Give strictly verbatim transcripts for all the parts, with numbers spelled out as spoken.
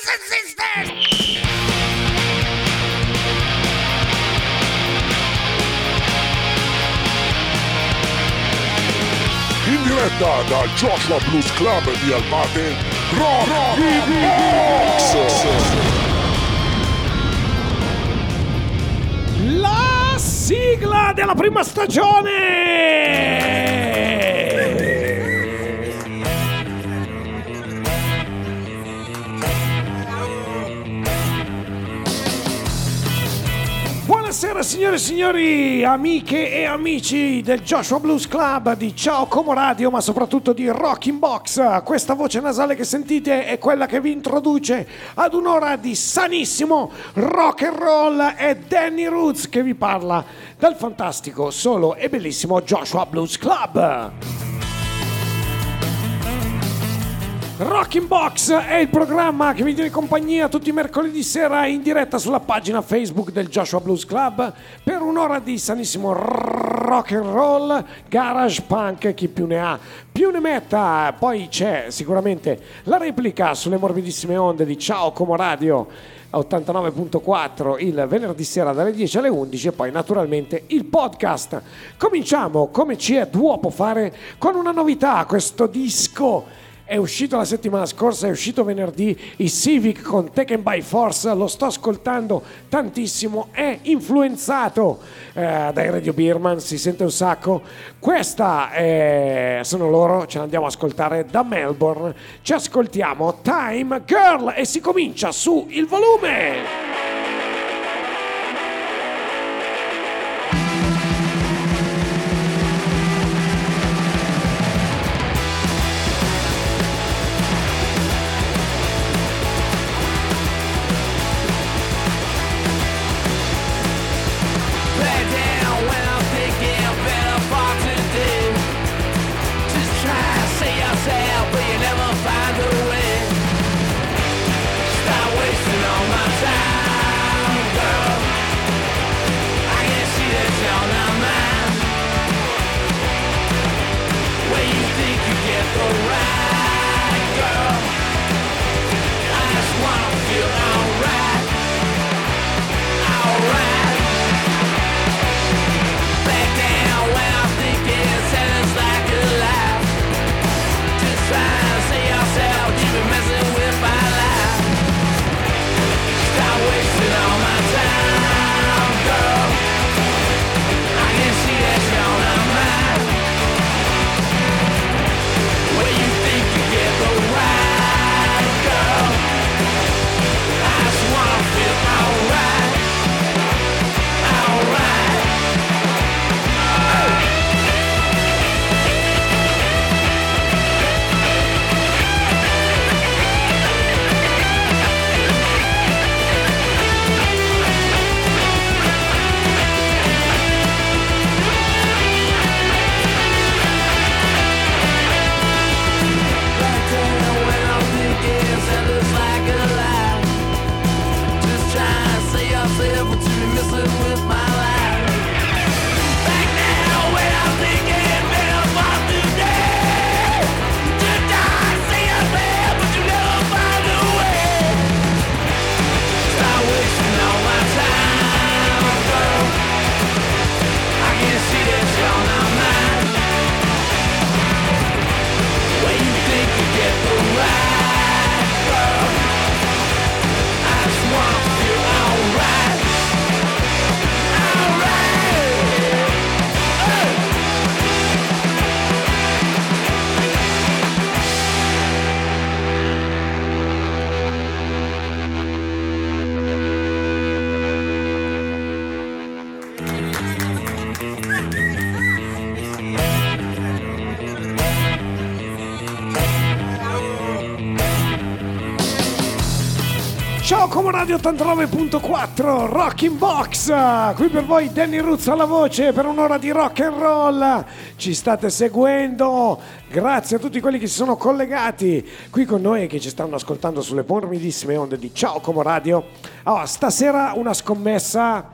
Brothers and Sisters! In diretta dal Joshua Blues Club di Albate, Rocky Box! La sigla della prima stagione! Buonasera signore e signori, amiche e amici del Joshua Blues Club, di Ciao Como Radio, ma soprattutto di Rockin' Box. Questa voce nasale che sentite è quella che vi introduce ad un'ora di sanissimo rock and roll. È Danny Roots che vi parla dal fantastico, solo e bellissimo Joshua Blues Club. Rockin' Box è il programma che vi tiene compagnia tutti i mercoledì sera in diretta sulla pagina Facebook del Joshua Blues Club per un'ora di sanissimo rock and roll, garage, punk, chi più ne ha più ne metta. Poi c'è sicuramente la replica sulle morbidissime onde di Ciao Como Radio ottantanove virgola quattro il venerdì sera dalle dieci alle undici e poi naturalmente il podcast. Cominciamo come ci è d'uopo fare con una novità. Questo disco è uscito la settimana scorsa, è uscito venerdì, i Civic con Taken by Force, lo sto ascoltando tantissimo, è influenzato eh, dai Radio Birman, si sente un sacco. Questa è, sono loro, ce l'andiamo a ascoltare da Melbourne, ci ascoltiamo Time Girl e si comincia su Il Volume! Ciao Como Radio ottantanove virgola quattro, Rockin' Box, qui per voi Danny Roots alla voce per un'ora di rock and roll. Ci state seguendo, grazie a tutti quelli che si sono collegati qui con noi e che ci stanno ascoltando sulle morbidissime onde di Ciao Como Radio. Allora, stasera una scommessa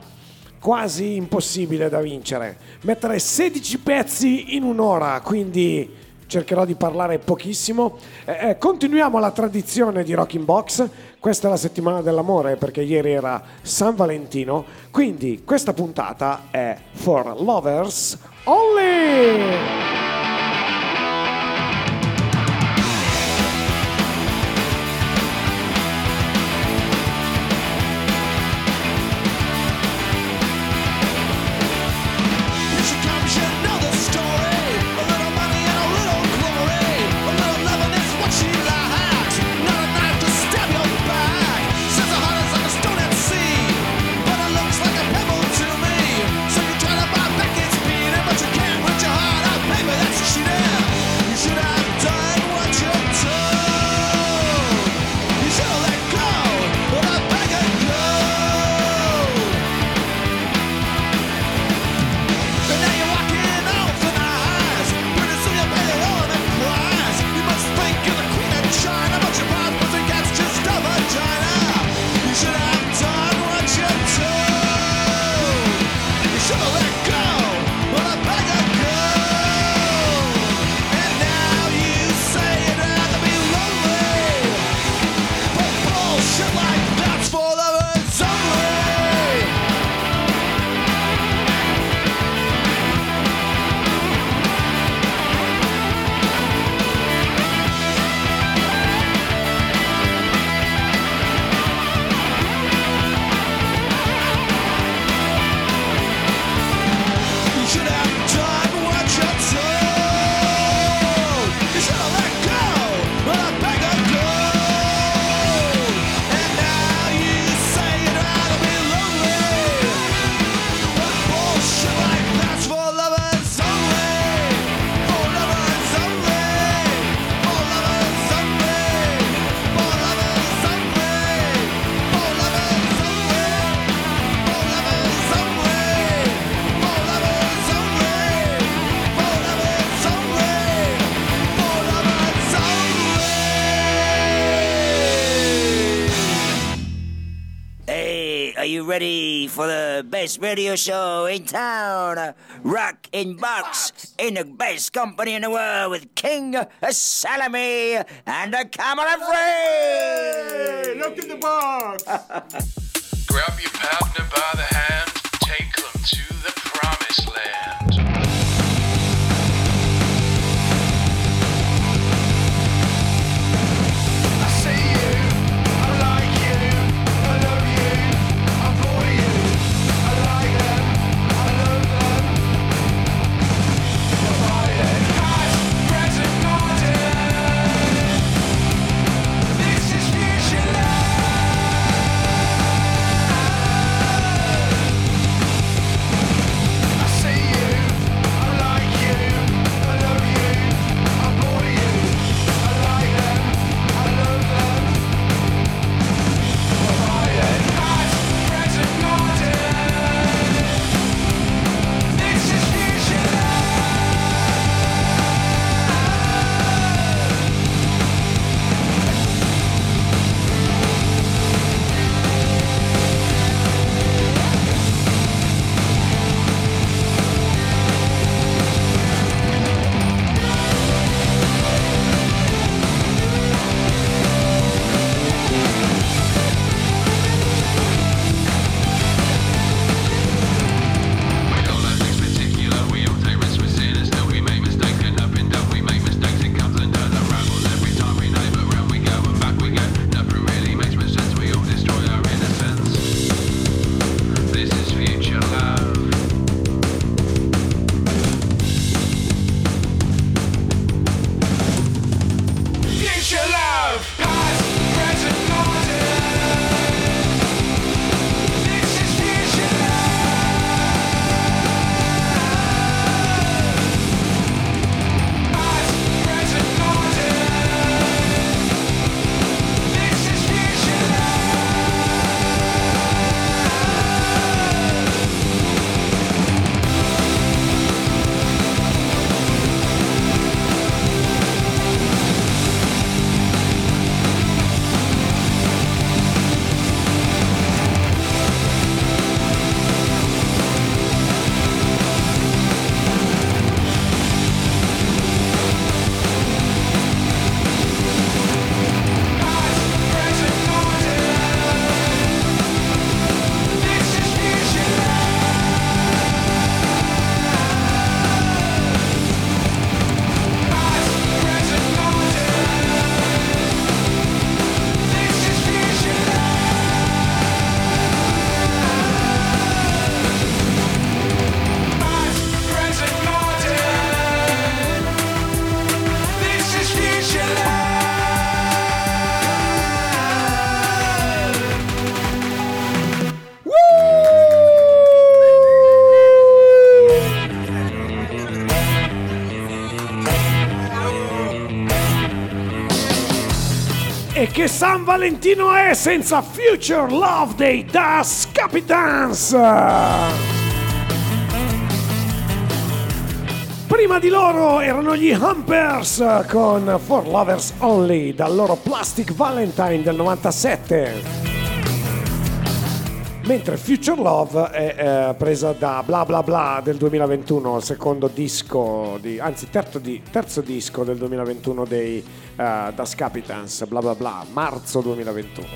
quasi impossibile da vincere, mettere sedici pezzi in un'ora, quindi cercherò di parlare pochissimo. Eh, eh, continuiamo la tradizione di Rocking Box. Questa è la settimana dell'amore perché ieri era San Valentino, quindi questa puntata è For Lovers Only! Ready for the best radio show in town, Rock in Box, in the best company in the world with King Salami and the Camera Free. Look in the box. Grab your partner by the hand, take them to the promised land. See you. E che San Valentino è senza Future Love dei Das Capitans? Prima di loro erano gli Humpers con For Lovers Only dal loro Plastic Valentine del novantasette. Mentre Future Love è eh, presa da Bla Bla Bla del duemilaventuno, il secondo disco, di, anzi terzo, di, terzo disco del duemilaventuno dei uh, Das Capitans, Bla Bla Bla, marzo duemilaventuno.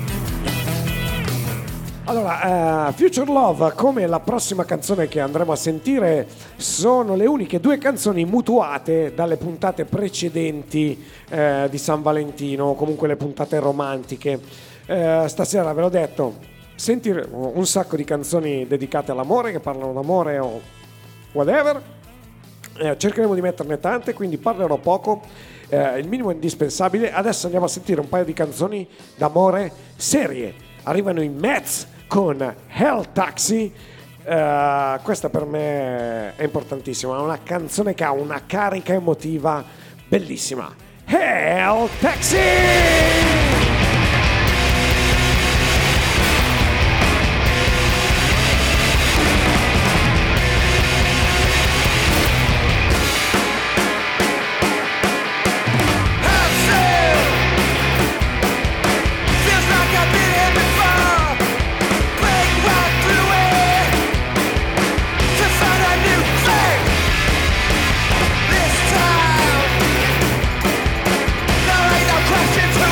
Allora, uh, Future Love, come la prossima canzone che andremo a sentire, sono le uniche due canzoni mutuate dalle puntate precedenti uh, di San Valentino, o comunque le puntate romantiche. Uh, stasera ve l'ho detto, sentire un sacco di canzoni dedicate all'amore, che parlano d'amore o whatever. Eh, cercheremo di metterne tante, quindi parlerò poco, eh, il minimo indispensabile. Adesso andiamo a sentire un paio di canzoni d'amore serie. Arrivano i Mets con Hell Taxi. Eh, questa per me è importantissima, è una canzone che ha una carica emotiva bellissima. Hell Taxi! Question to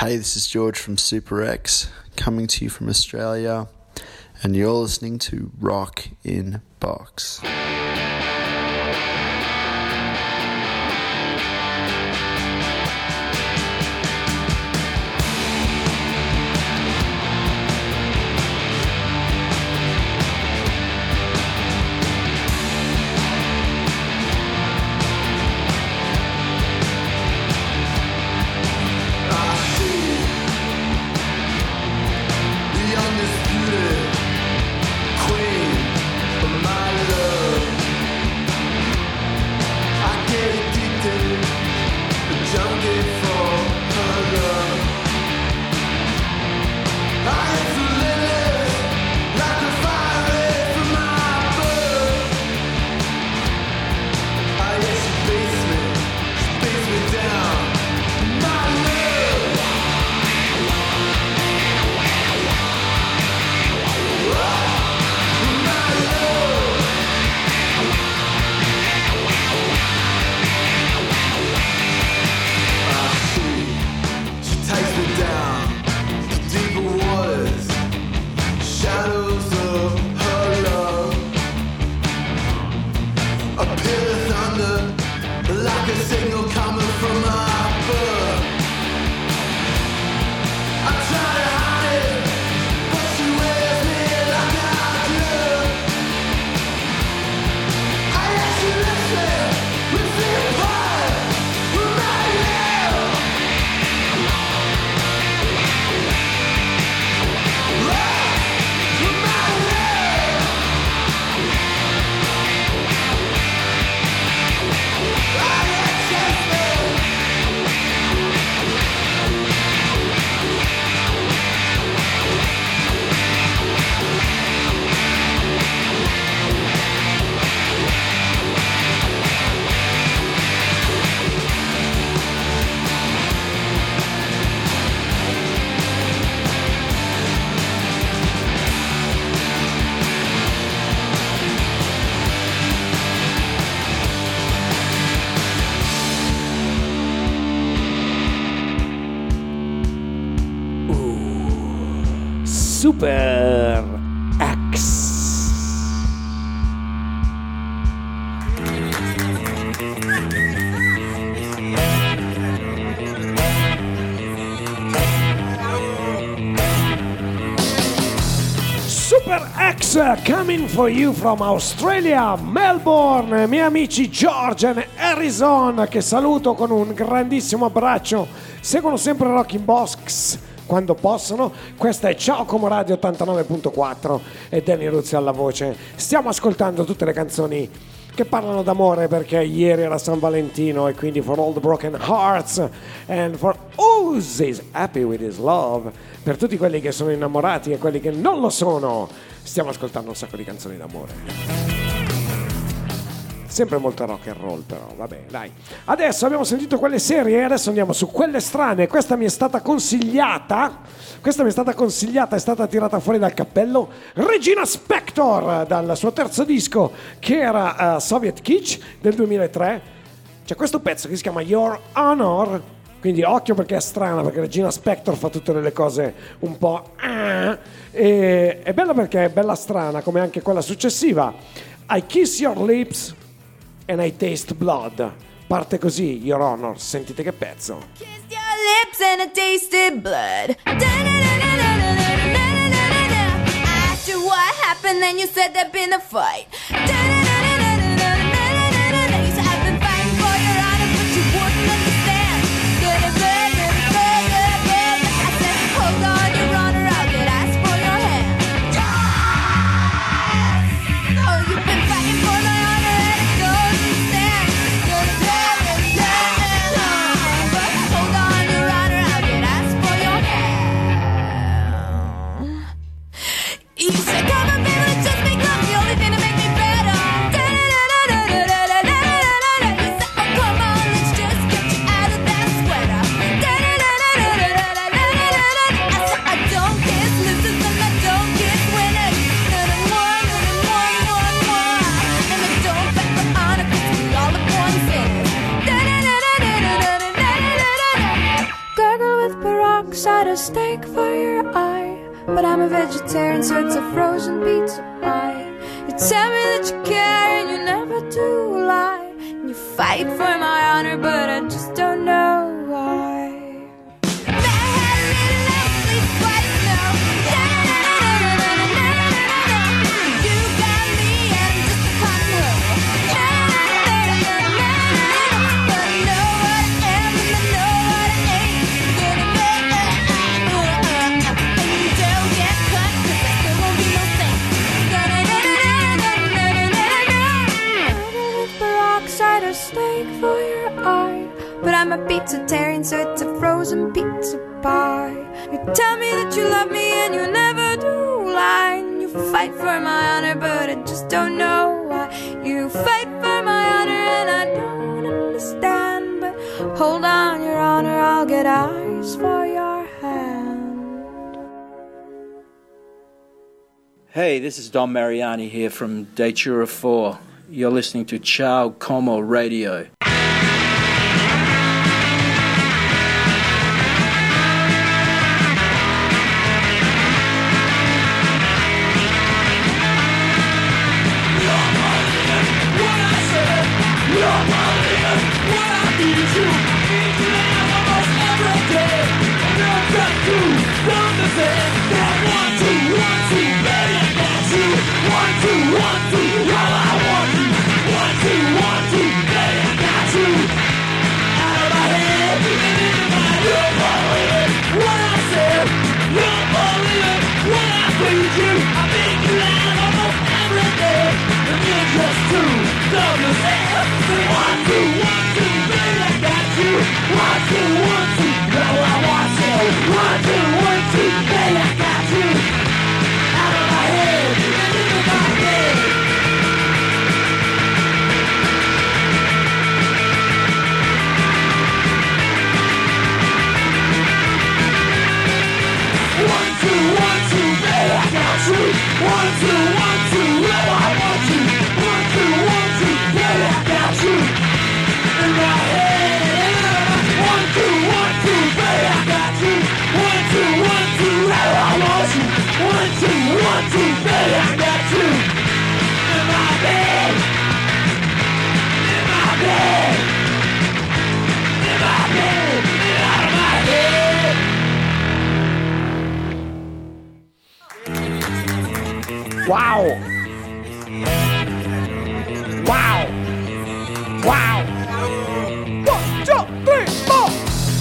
Hey, this is George from Super X, coming to you from Australia, and you're listening to Rock in Box. Super X. Super X coming for you from Australia, Melbourne, miei amici George e Harrison, che saluto con un grandissimo abbraccio. Seguono sempre Rock in Box quando possono. Questa è Ciao Como Radio ottantanove virgola quattro e Danny Ruzzi alla voce. Stiamo ascoltando tutte le canzoni che parlano d'amore, perché ieri era San Valentino, e quindi For All the Broken Hearts and For Who's Happy With His Love, per tutti quelli che sono innamorati e quelli che non lo sono. Stiamo ascoltando un sacco di canzoni d'amore. Sempre molto rock and roll, però vabbè, dai. Adesso abbiamo sentito quelle serie e adesso andiamo su quelle strane. Questa mi è stata consigliata. Questa mi è stata consigliata, è stata tirata fuori dal cappello. Regina Spektor, dal suo terzo disco, che era uh, Soviet Kitsch del duemilatré. C'è questo pezzo che si chiama Your Honor. Quindi occhio, perché è strana, perché Regina Spektor fa tutte le cose un po'. Ah, e, è bella perché è bella strana, come anche quella successiva. I Kiss Your Lips and I Taste Blood. Parte così, Your Honor, sentite che pezzo. Kiss your lips and I tasted blood. I asked you what happened, then you said there'd been a fight. You said I've been fighting for your honor, but you wouldn't understand. I said, hold on, Your Honor, I'll get asked for your hand. Oh, you've been fighting for my honor and it goes stand. But hold on, Your Honor, I'll get asked for your hand. You said, come on, baby, let's just make love. The only thing to make me a steak for your eye, but I'm a vegetarian, so it's a frozen pizza pie. You tell me that you care and you never do lie, and you fight for my honor, but I just don't know why. For your eye, but I'm a pizzatarian, so it's a frozen pizza pie. You tell me that you love me and you never do lie, and you fight for my honor, but I just don't know why. You fight for my honor and I don't understand, but hold on, your honor, I'll get eyes for your hand. Hey, this is Don Mariani here from Datura four. You're listening to Ciao Como Radio. Wow! Wow! Wow! One, two, three, four!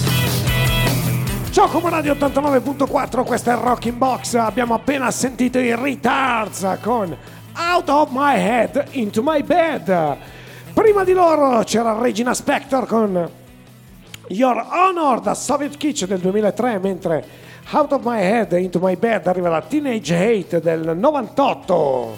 Ciao Como Radio ottantanove virgola quattro, questo è Rocking Box. Abbiamo appena sentito i Retards con Out of My Head Into My Bed. Prima di loro c'era Regina Spektor con Your Honor da Soviet Kitsch del duemilatré, mentre Out of My Head Into My Bed arriva da Teenage Hate del novantotto.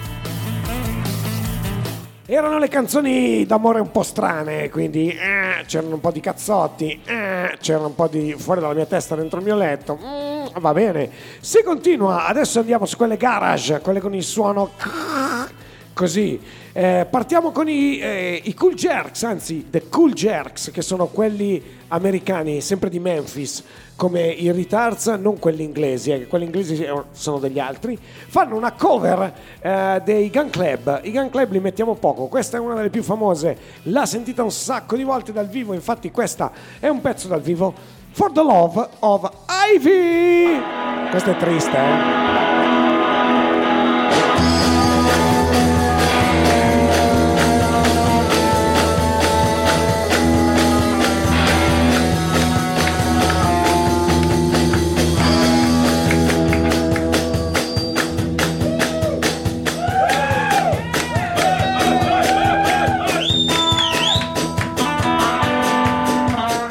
Erano le canzoni d'amore un po' strane, quindi eh, c'erano un po' di cazzotti, eh, c'era un po' di fuori dalla mia testa dentro il mio letto. Mm, va bene, si continua. Adesso andiamo su quelle garage, quelle con il suono così. Eh, partiamo con i, eh, i Cool Jerks, anzi The Cool Jerks, che sono quelli americani, sempre di Memphis, come i Retards, non quelli inglesi, eh, quelli inglesi sono degli altri. Fanno una cover eh, dei Gun Club. I Gun Club li mettiamo poco, questa è una delle più famose, l'ha sentita un sacco di volte dal vivo, infatti questa è un pezzo dal vivo, For the Love of Ivy. Questo è triste, eh?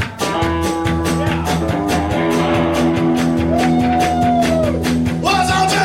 Was on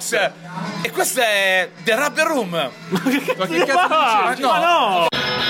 Box. E questo è The Rubber Room. Ma che cazzo dici? Ma no!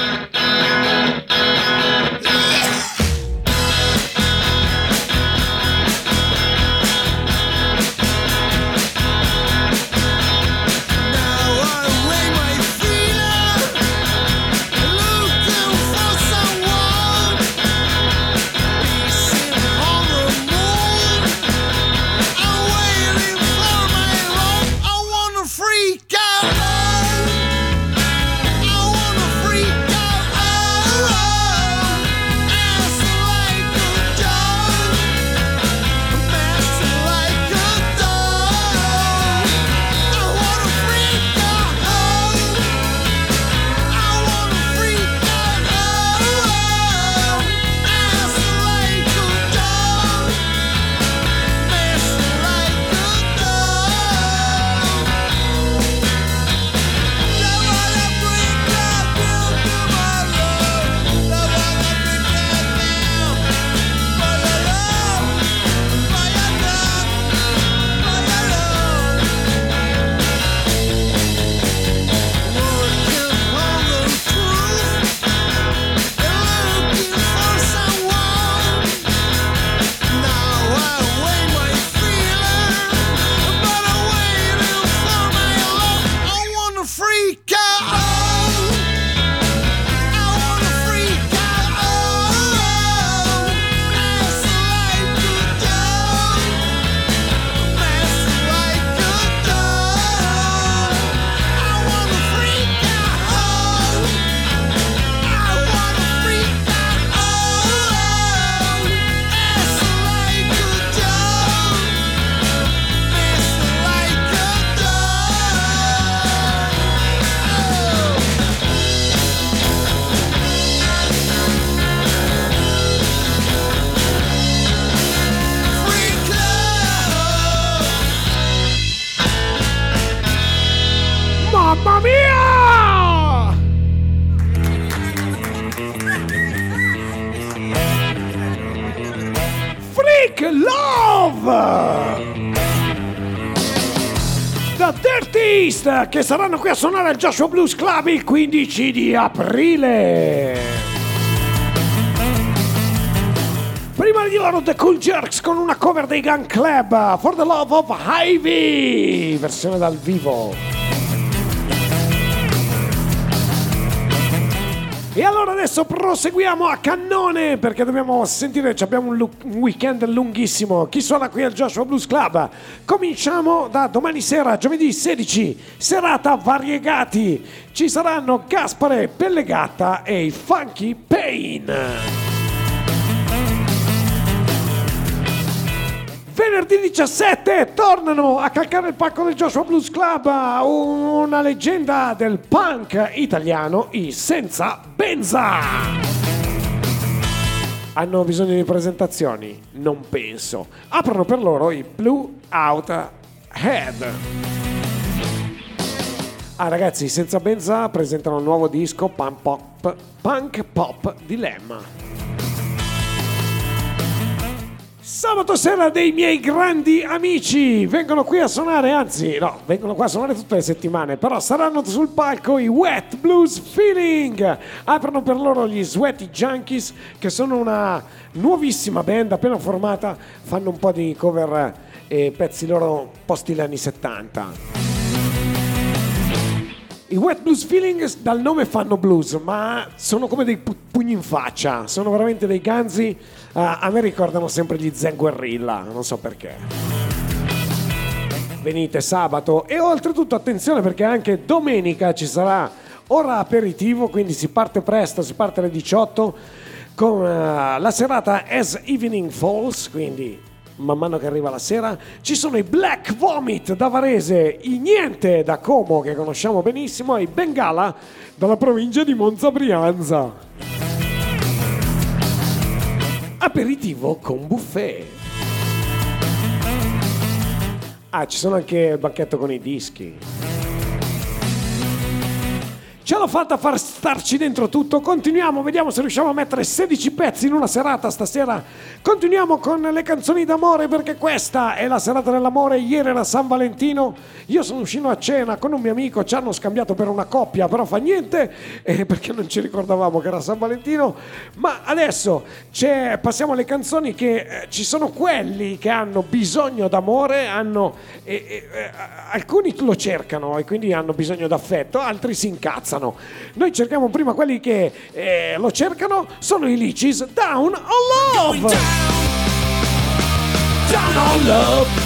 Mamma mia! Freak Love! Da Dirty East, che saranno qui a suonare al Joshua Blues Club il quindici di aprile. Prima di loro The Cool Jerks con una cover dei Gun Club, For the Love of Ivy, versione dal vivo. E allora adesso proseguiamo a cannone perché dobbiamo sentire, abbiamo un, lu- un weekend lunghissimo. Chi suona qui al Joshua Blues Club? Cominciamo da domani sera, giovedì sedici, serata variegati. Ci saranno Gaspare, Pellegatta e i Funky Pain. Venerdì diciassette tornano a calcare il palco del Joshua Blues Club una leggenda del punk italiano, i Senza Benza. Hanno bisogno di presentazioni? Non penso. Aprono per loro i Blue Out Head. Ah ragazzi, i Senza Benza presentano un nuovo disco Punk Pop, Punk Pop Dilemma. Sabato sera dei miei grandi amici vengono qui a suonare, anzi no, vengono qua a suonare tutte le settimane, però saranno sul palco i Wet Blues Feeling. Aprono per loro gli Sweaty Junkies, che sono una nuovissima band appena formata, fanno un po' di cover e pezzi loro posti negli anni settanta. I Wet Blues Feelings dal nome fanno blues, ma sono come dei pu- pugni in faccia, sono veramente dei ganzi. Uh, a me ricordano sempre gli Zen Guerrilla, non so perché. Venite sabato e oltretutto attenzione perché anche domenica ci sarà ora aperitivo, quindi si parte presto, si parte alle diciotto con uh, la serata As Evening Falls, quindi man mano che arriva la sera ci sono i Black Vomit da Varese, i Niente da Como che conosciamo benissimo e i Bengala dalla provincia di Monza Brianza. Aperitivo con buffet. Ah, ci sono anche il banchetto con i dischi. Ce l'ho fatta a far starci dentro tutto. Continuiamo, vediamo se riusciamo a mettere sedici pezzi in una serata stasera. Continuiamo con le canzoni d'amore, perché questa è la serata dell'amore. Ieri era San Valentino, io sono uscito a cena con un mio amico, ci hanno scambiato per una coppia, però fa niente, eh, perché non ci ricordavamo che era San Valentino. Ma adesso c'è, passiamo alle canzoni che eh, ci sono quelli che hanno bisogno d'amore, hanno eh, eh, alcuni lo cercano e quindi hanno bisogno d'affetto, altri si incazzano. Noi cerchiamo prima quelli che eh, lo cercano, sono i Lichis, Down on Love. Down on Love.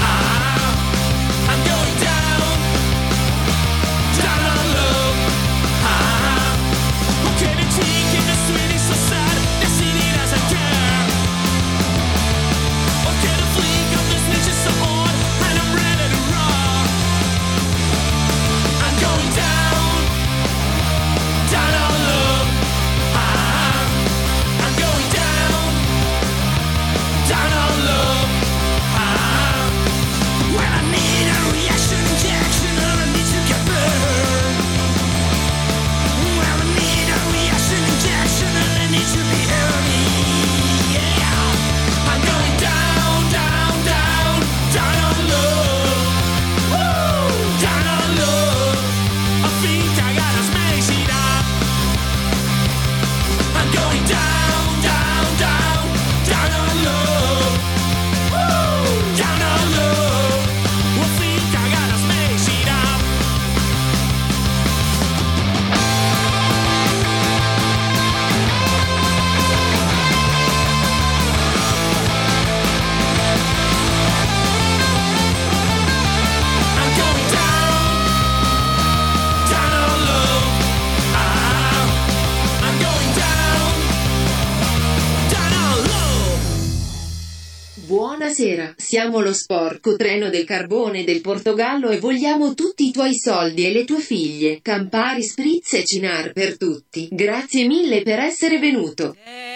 Buonasera, siamo lo sporco treno del carbone del Portogallo e vogliamo tutti i tuoi soldi e le tue figlie. Campari, spritz e cinar per tutti. Grazie mille per essere venuto.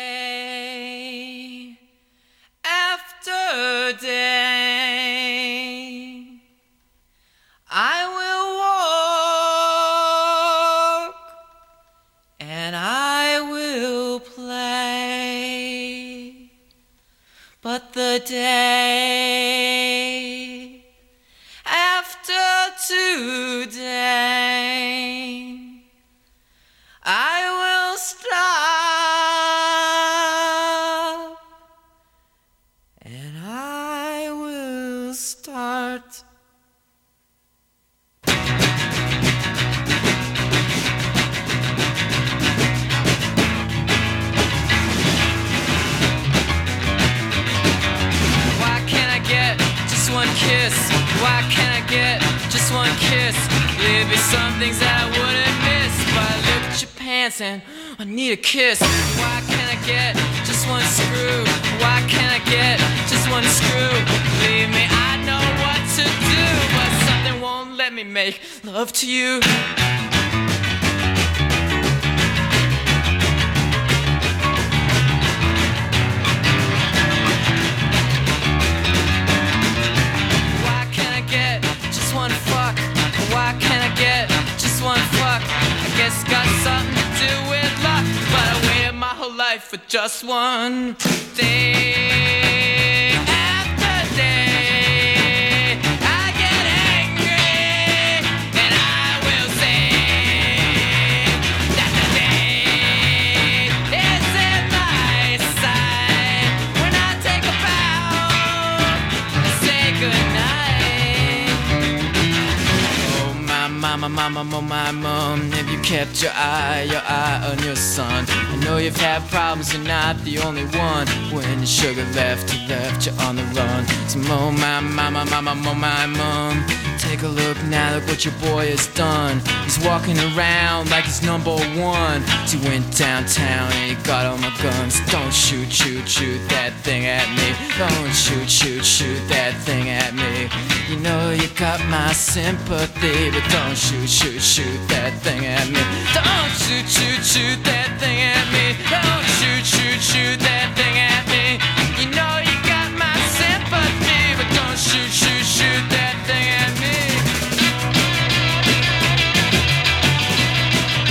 Day after day, I will walk and I will play, but the day after today, I will stop and I will start. One kiss, why can't I get just one kiss? There'd be some things that I wouldn't miss, but I look at your pants and I need a kiss. Why can't I get just one screw? Why can't I get just one screw? Believe me, I know what to do, but something won't let me make love to you. Why can't I get just one fuck? I guess it's got something to do with luck, but I waited my whole life for just one day after day. I get angry and I will say that the day is in my sight. When I take a bow and say goodnight. Mama, mama, mama, my mom, have you kept your eye, your eye on your son? I know you've had problems, you're not the only one. When your sugar left, you left, you're on the run. So mo, my mama, mama, mo, my mom, take a look now, look what your boy has done. He's walking around like he's number one. So he went downtown and he got all my guns. Don't shoot, shoot, shoot that thing at me. Don't shoot, shoot, shoot that thing at me. You know you got my sympathy, but don't shoot, shoot, shoot that thing at me. Don't shoot, shoot, shoot that thing at me. Don't shoot, shoot, shoot that thing at me. You know you got my sympathy, but don't shoot, shoot, shoot that thing at me.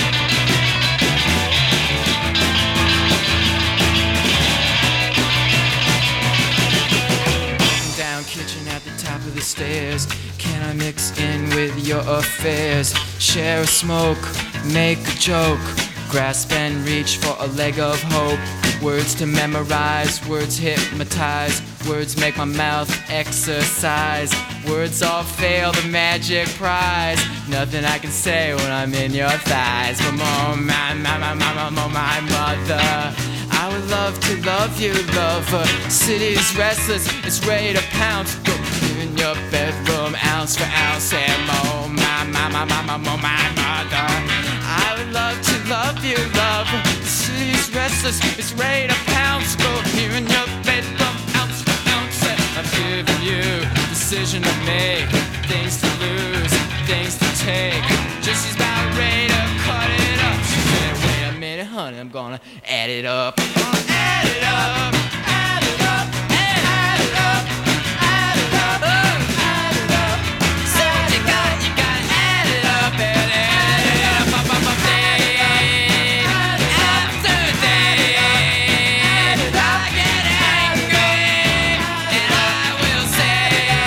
affairs. Share a smoke, make a joke, grasp and reach for a leg of hope. Words to memorize, words hypnotize, words make my mouth exercise. Words all fail the magic prize. Nothing I can say when I'm in your thighs. But my, my, my, my, my, my mother, I would love to love you, lover. City's restless, it's ready to pounce. Go in your bedroom, ounce for ounce. And oh, my, my, my, my, my, my, my mother, I would love to love you, lover. City's restless, it's ready to pounce. Go here in your bedroom, ounce for ounce. And I'm giving you decision to make, things to lose, things to take. Just she's about ready to cut it up. She said, wait a minute, honey, I'm gonna add it up. Add it up, add it up, add it up, add it up, add it up. So what you got, you gotta add it up, and add it up, up, up, up, day after day. I get angry, and I will say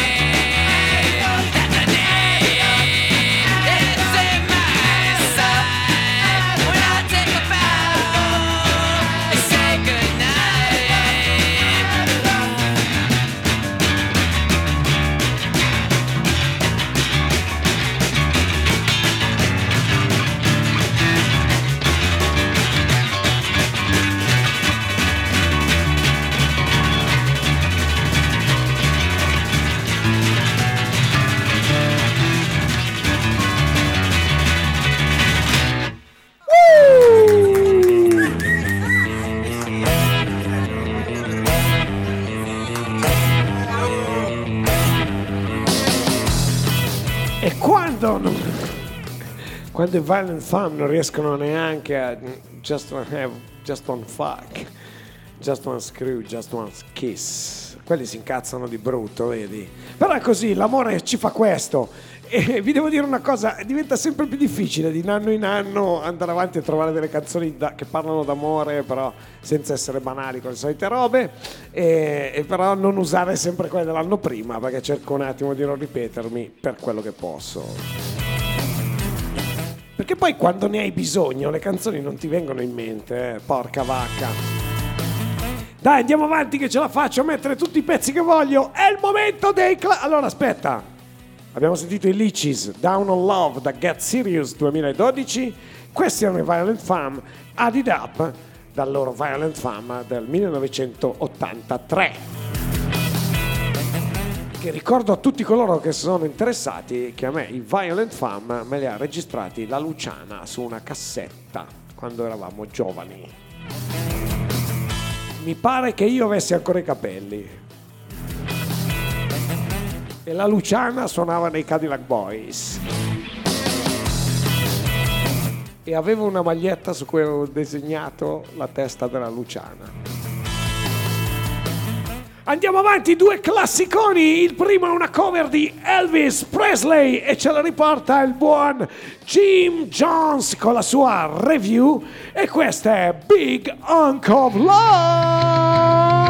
that the day is in my side. When I take a bow and say goodnight. E quando non- quando i Violent Femmes non riescono neanche a just one have just one fuck, just one screw, just one kiss, quelli si incazzano di brutto, vedi? Però è così, l'amore ci fa questo. E vi devo dire una cosa, diventa sempre più difficile di anno in anno andare avanti e trovare delle canzoni da- che parlano d'amore, però senza essere banali con le solite robe, e, e però non usare sempre quelle dell'anno prima, perché cerco un attimo di non ripetermi per quello che posso. Perché poi quando ne hai bisogno le canzoni non ti vengono in mente, eh, porca vacca. Dai, andiamo avanti che ce la faccio a mettere tutti i pezzi che voglio. È il momento dei... Cla- allora, aspetta. Abbiamo sentito i Leeches, Down on Love da Get Serious duemiladodici. Questi erano i Violent Femmes, Add It Up, dal loro Violent Femmes del millenovecentottantatré. Che ricordo a tutti coloro che sono interessati che a me i Violent Femmes me li ha registrati la Luciana su una cassetta quando eravamo giovani. Mi pare che io avessi ancora i capelli. E la Luciana suonava nei Cadillac Boys. E avevo una maglietta su cui avevo disegnato la testa della Luciana. Andiamo avanti, due classiconi. Il primo è una cover di Elvis Presley e ce la riporta il buon Jim Jones con la sua review. E questa è Big Hunk of Love.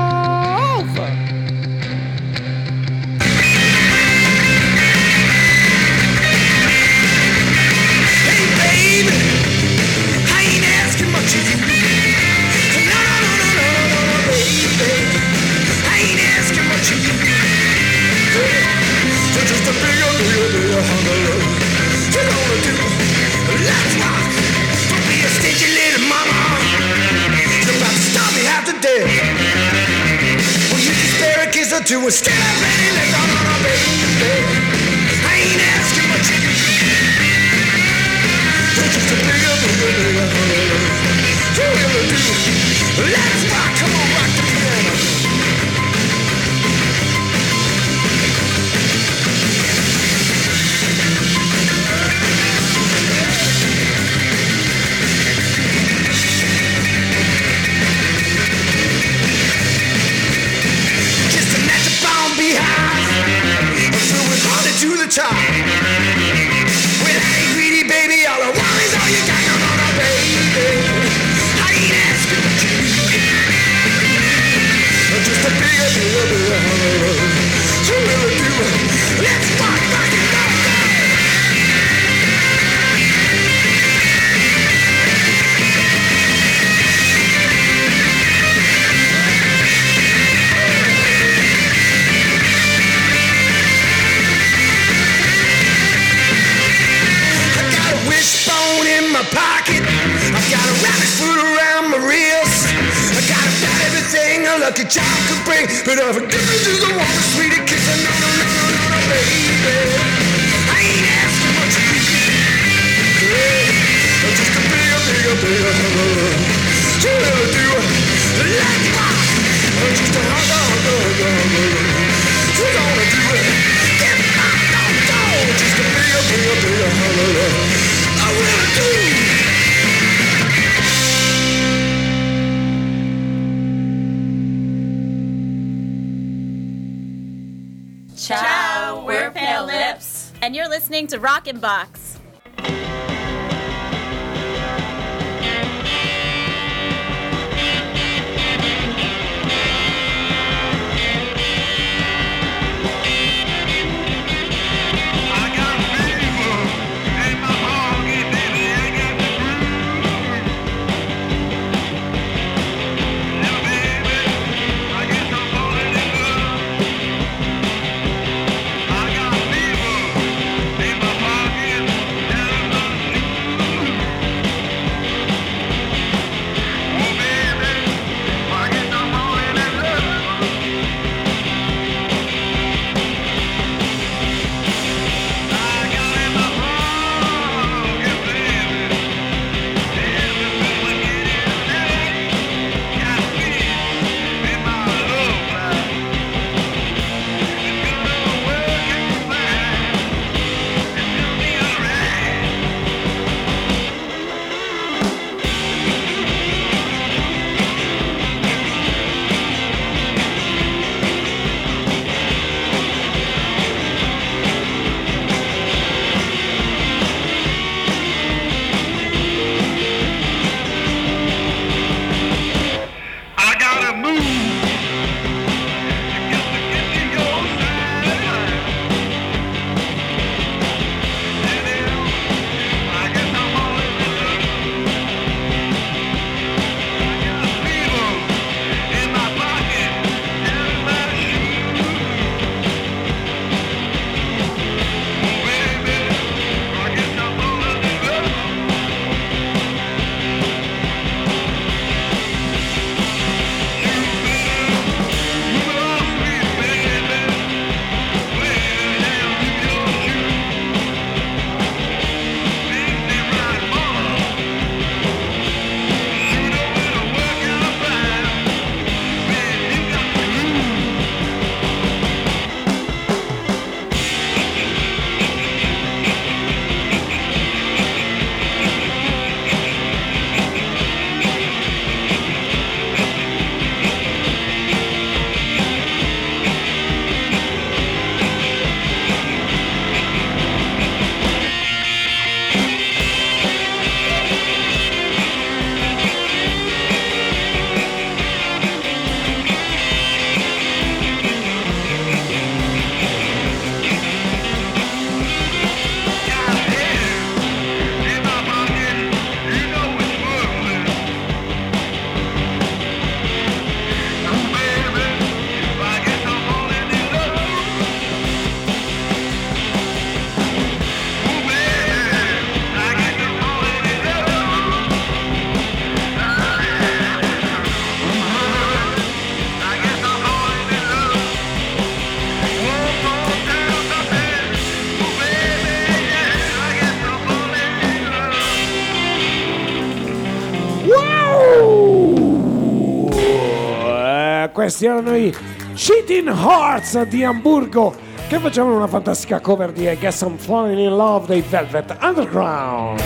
To a stand up ready, let's on on a baby. I ain't asking what you can do. Just a bigger, bigger, bigger, bigger. You really do. Let's rock, come on, rock the piano. To the top. When I ain't greedy, baby, all I want is all you got. No, no, no, baby. I ain't asking what you do. a lucky child could bring. But our forgiveness is the one with sweeter kiss. No, no, no, no, no, no, baby. I ain't asking much of you. Yeah, just a bigger, bigger, bigger hug. So never do like rock. Just a hug, hug, hug, hug. So gonna do it. Get my dog, dog. Just a bigger, bigger, bigger hug. I will do. Ciao, we're Pale Lips, and you're listening to Rockin' Box. Questi erano i Cheating Hearts di Amburgo che facevano una fantastica cover di I Guess I'm Falling in Love dei Velvet Underground.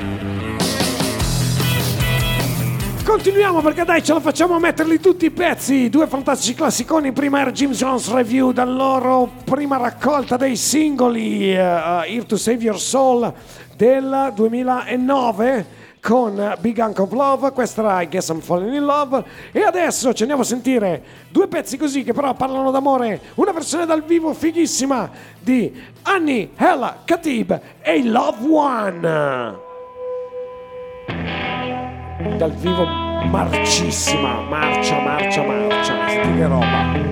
Continuiamo perché dai ce la facciamo a metterli tutti i pezzi. Due fantastici classiconi. Prima era Jim Jones Review dalla loro prima raccolta dei singoli uh, Here to Save Your Soul del duemilanove con Big Hunk of Love. Questa era I Guess I'm Falling in Love. E adesso ci andiamo a sentire due pezzi così che però parlano d'amore. Una versione dal vivo fighissima di Annie Ella Khatib e Love One. Dal vivo marcissima, marcia, marcia, marcia, stile roba.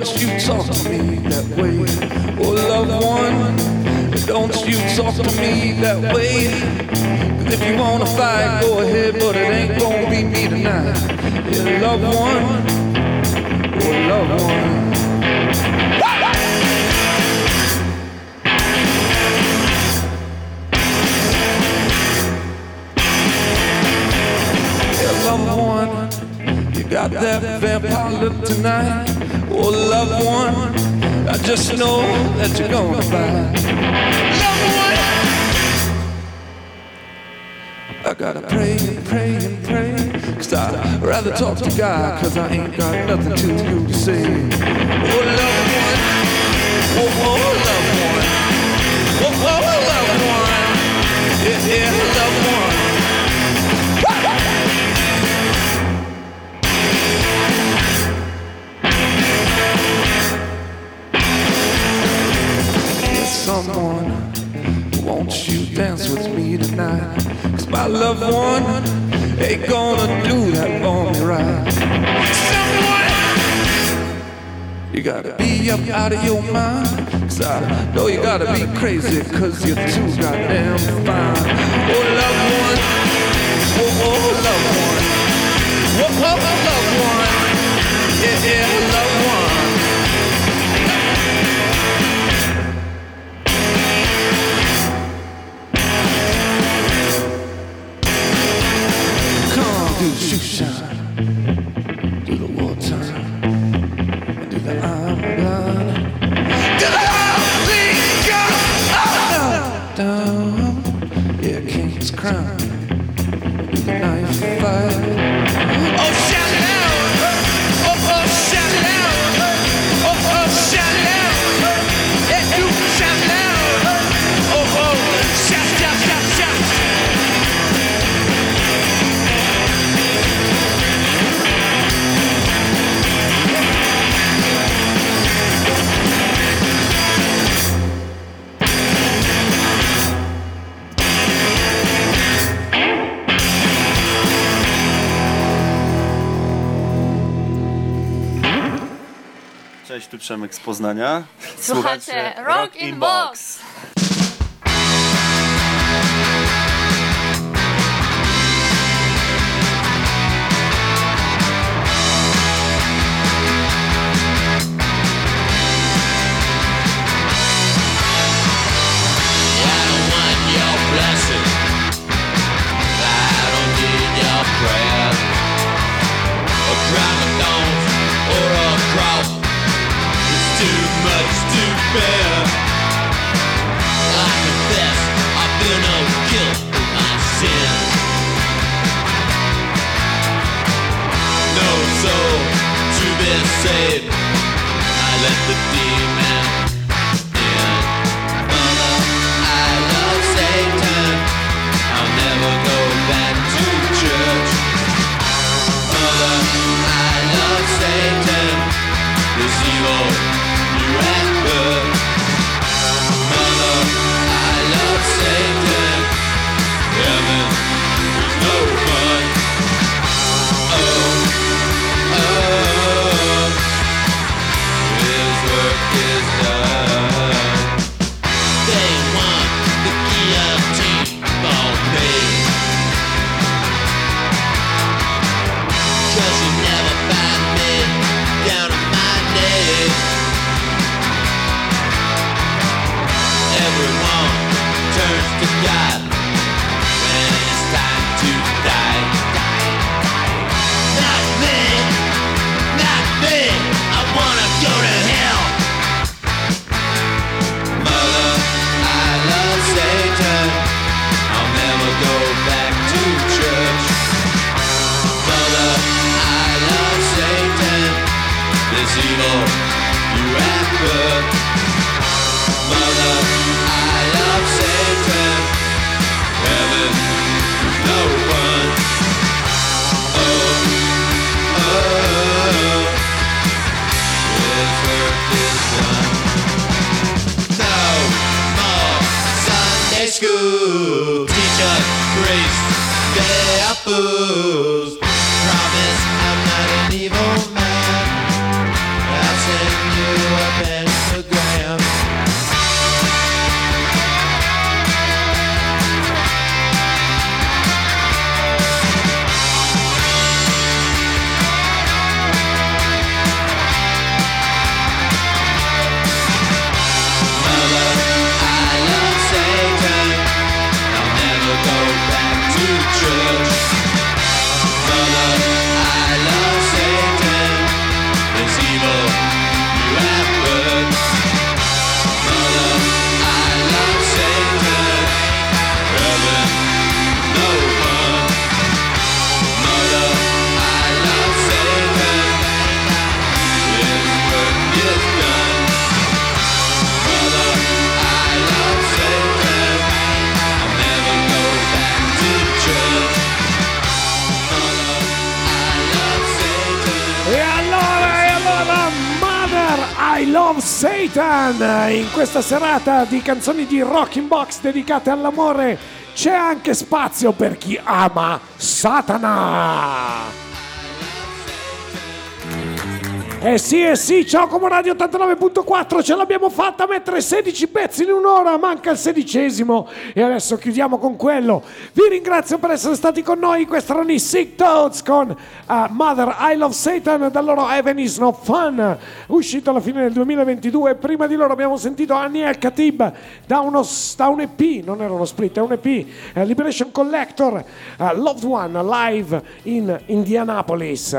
don't you talk to me that way. Oh, loved one, don't you talk to me that way. Cause if you wanna fight, go ahead, but it ain't gonna be me tonight. Yeah, loved one, oh, loved one. Yeah, loved one, you got that vampire look tonight. Oh, loved one, I just know that you're gonna fight. Loved one, I gotta pray and pray and pray, cause I'd rather talk to God, cause I ain't got nothing to you to say. Oh, loved one, oh, oh, loved one, oh, oh, loved one, yeah, yeah, loved one. Someone, won't you dance with me tonight? Cause my loved one ain't gonna do that for me right. Someone, you gotta be up out of your mind, cause I know you gotta be crazy, cause you're too goddamn fine. Oh, loved one, oh, oh, loved one, oh, oh, loved one, yeah, yeah, loved one. Do the shoe shine, do the war time, do the I'm blind, do the whole thing go down. Yeah, King's Crown, do the knife fight. Oh, shout it out! Oh, oh, shout it out! Oh, oh, shout it out! Yeah, you shout it out! Oh, oh, shout, shout, shout, shout! Cześć, tu Przemek z Poznania. Słuchacie Rock in Box. Saved. I let the demon in. Mother, I love Satan. I'll never go back to church. Mother, I love Satan. This evil new rapper. Mother, I love Satan. Heaven is no fun. Oh, oh. His work is done. They want the guillotine for me, 'cause you never find me down on my knees. Everyone turns to God when it's time to die. Not me, not me. I wanna go to hell. Mother, I love Satan. I'll never go back to church. Mother, I love Satan. This evil new rapper. Mother, I love Satan. Heaven is no fun. Oh, oh. His work is done. No more Sunday school. Teach us grace, they are fools. Promise I'm not an evil man. I'll send you I Love Satan. In questa serata di canzoni di Rocking Box dedicate all'amore c'è anche spazio per chi ama Satana. Eh sì, eh sì, ciao Como Radio ottantanove virgola quattro, ce l'abbiamo fatta a mettere sedici pezzi in un'ora, manca il sedicesimo e adesso chiudiamo con quello. Vi ringrazio per essere stati con noi, questi erano i Sick Toads con uh, Mother I Love Satan dal loro Heaven Is No Fun, uscito alla fine del duemilaventidue. Prima di loro abbiamo sentito Annie El Khatib da, uno, da un E P, non era uno split, è un E P, uh, Liberation Collector, uh, Loved One, live in Indianapolis.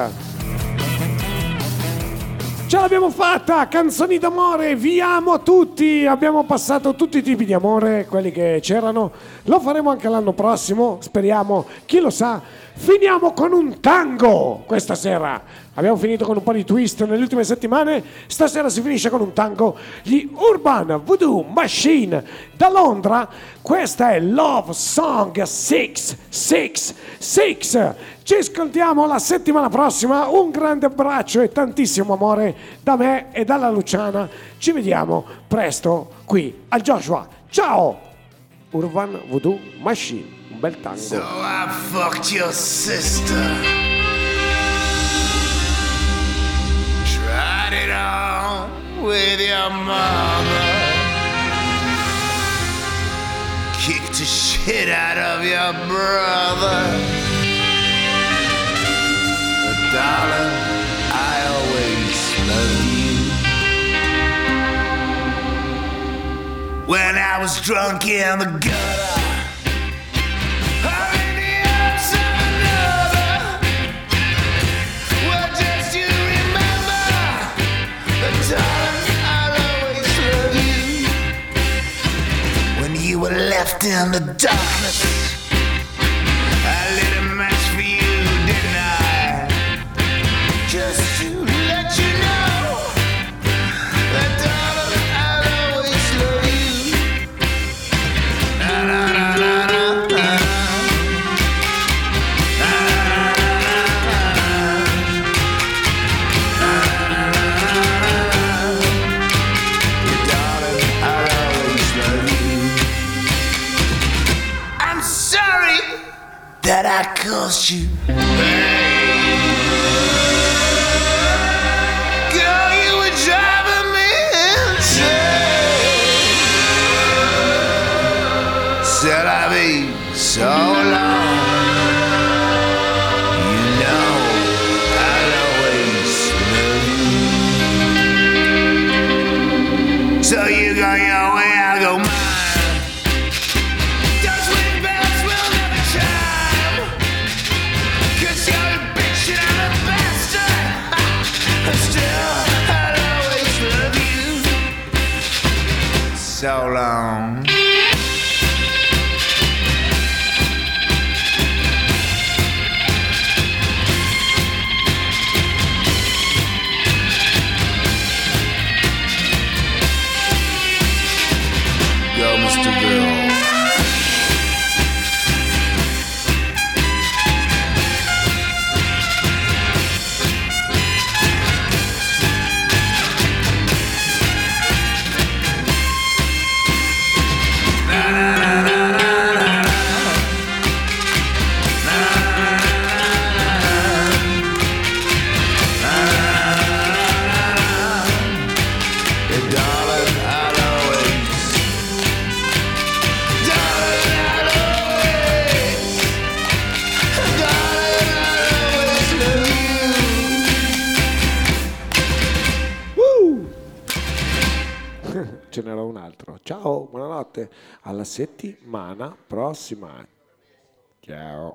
Ce l'abbiamo fatta, canzoni d'amore, vi amo tutti, abbiamo passato tutti i tipi di amore, quelli che c'erano, lo faremo anche l'anno prossimo, speriamo, chi lo sa. Finiamo con un tango questa sera, abbiamo finito con un po' di twist nelle ultime settimane, stasera si finisce con un tango, gli Urban Voodoo Machine da Londra, questa è Love Song sei sei sei. Ci ascoltiamo la settimana prossima, un grande abbraccio e tantissimo amore da me e dalla Luciana, ci vediamo presto qui al Joshua, ciao! Urban Voodoo Machine, un bel tango. So I fucked your sister, tried it on with your mother, kicked the shit out of your brother. Darling, I always loved you. When I was drunk in the gutter, or in the arms of another, well, just you remember that, darling, I'll always love you. When you were left in the darkness, I lit a match for you, didn't I? Just to let you know that, darling, I'll always love you. Na na na na na na. Na na na na na. Darling, I'll always love you. I'm sorry that I caused you. Said I'll be so long, you know I'll always love you. So you go your way, I'll go mine. Those wind bells will never chime, 'cause you're a bitch and I'm a bastard. But still, I'll always love you. So long. Mister Bill. Ce n'era un altro. Ciao, buonanotte, alla settimana prossima. Ciao.